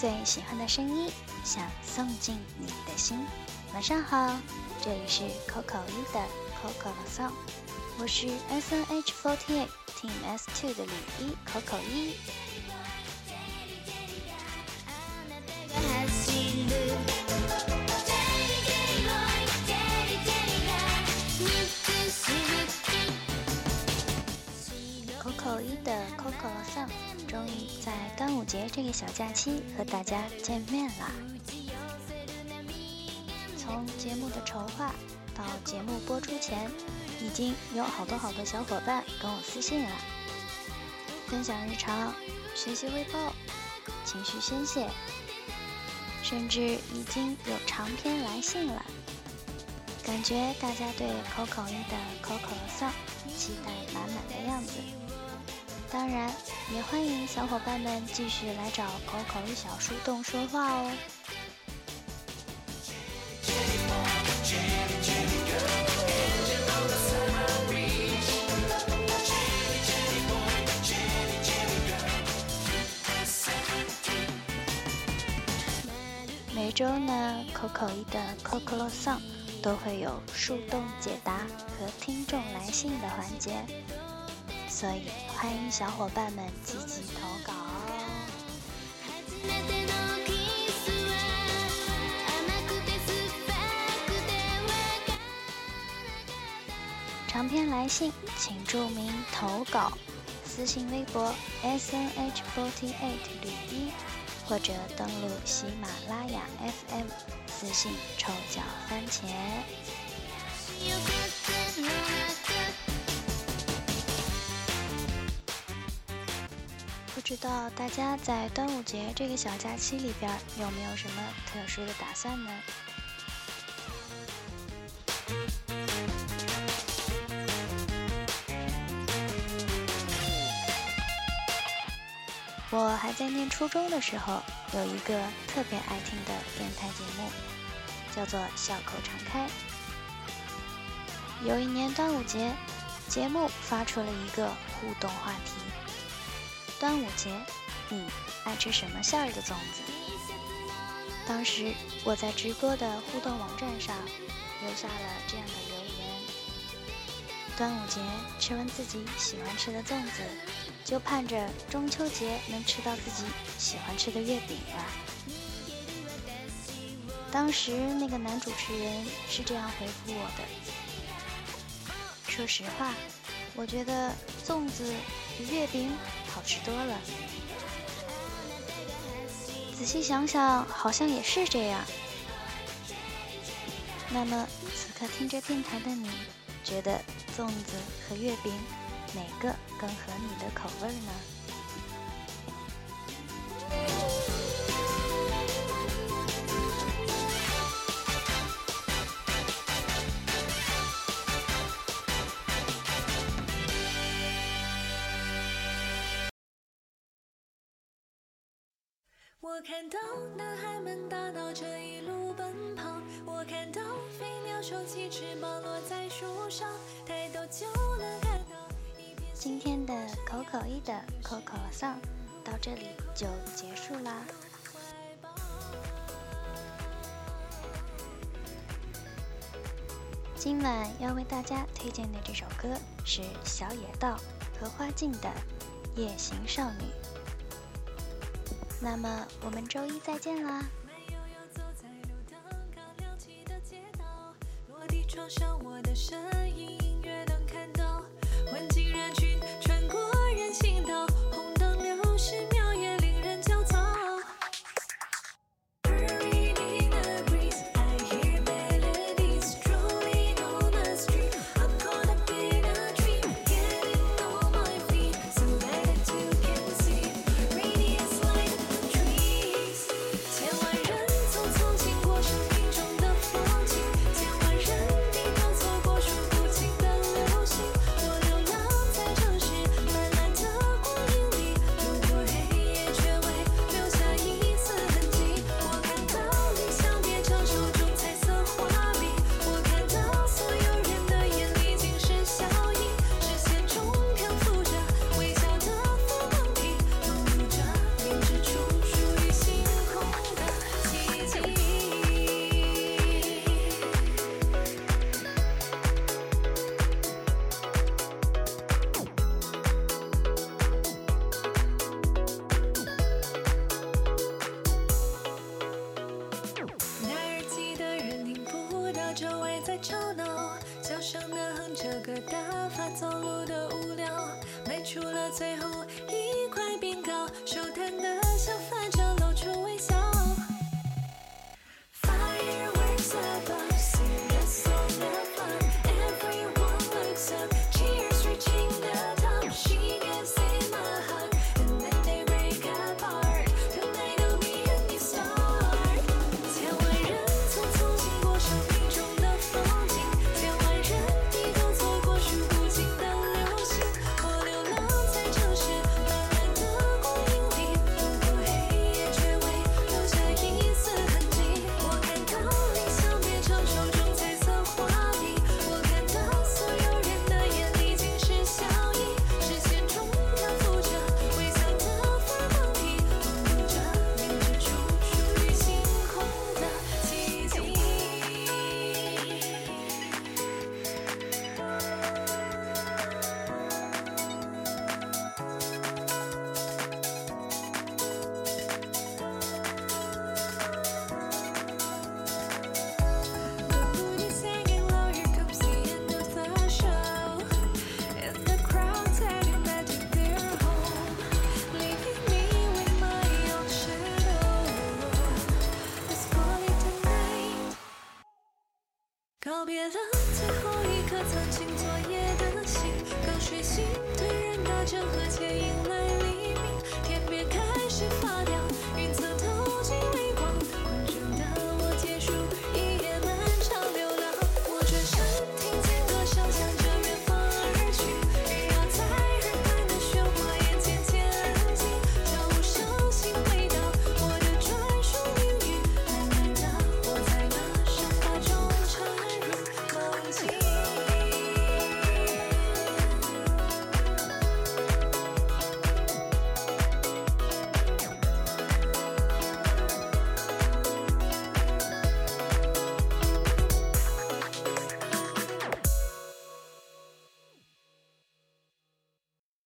最喜欢的声音，想送进你的心。晚上好，这里是 Coco 一的 Coco 的 Song， 我是 SNH48 Team S2 的李一 Coco 一。Coco 一的 Coco 的 Song 终于在端午节这个小假期和大家见面啦！从节目的筹划到节目播出前，已经有好多小伙伴跟我私信了，分享日常、学习汇报、情绪宣泄，甚至已经有长篇来信了。感觉大家对 Coco 一的 Coco 的 Song 期待满满的样子。当然，也欢迎小伙伴们继续来找 Coco 一小树洞说话哦。每周呢 ，Coco 一的 Coco 的 Song 都会有树洞解答和听众来信的环节。所以欢迎小伙伴们积极投稿哦。长篇来信请注明投稿，私信微博 SNH48 吕一，或者登录喜马拉雅 FM 私信臭脚番茄。不知道大家在端午节这个小假期里边有没有什么特殊的打算呢？我还在念初中的时候，有一个特别爱听的电台节目，叫做笑口常开。有一年端午节，节目发出了一个互动话题：端午节，你爱吃什么馅儿的粽子？当时我在直播的互动网站上留下了这样的留言：端午节吃完自己喜欢吃的粽子，就盼着中秋节能吃到自己喜欢吃的月饼了。当时那个男主持人是这样回复我的：说实话，我觉得粽子比月饼好吃多了。仔细想想，好像也是这样。那么此刻听着电台的你，觉得粽子和月饼哪个更合你的口味呢？ 我看到男孩们大闹着一路奔跑，我看到飞鸟收起翅膀落在树上，抬头就能看到一片。 今天的 Coco 一的 Coco 的 Song 到这里就结束啦。今晚要为大家推荐的这首歌是小野道和花镜的《夜行少女》。那么我们周一再见啦！ 落地窗上我的身影隐约能看到，混进人群穿过人行道，红灯60秒也令人焦躁。 走路的无聊，迈出了最后一块冰糕，手弹的小饭车露出微笑。Fireworks above, sing a song of fun. Everyone looks up, cheers reaching the top. She gives him a hug, and then they break apart. Tonight will be a new start. 千万人匆匆经过生命中的风景，千万人低头错过数不尽的流星。我流浪在城市斑斓的光影里，度过黑夜却未留下一丝痕迹。我看到理想变成手中彩色花笔，我看到所有人的眼里尽是笑意，视线中漂浮着微小的发光体，梦游着凝聚出属于星空的奇迹。The moon is hanging low, here comes the end of the show. And the crowd's heading back to their home, leaving me with my own shadow. Let's call it a night. 告别了最后一颗曾经作业的心，刚睡醒，突然打针和且迎来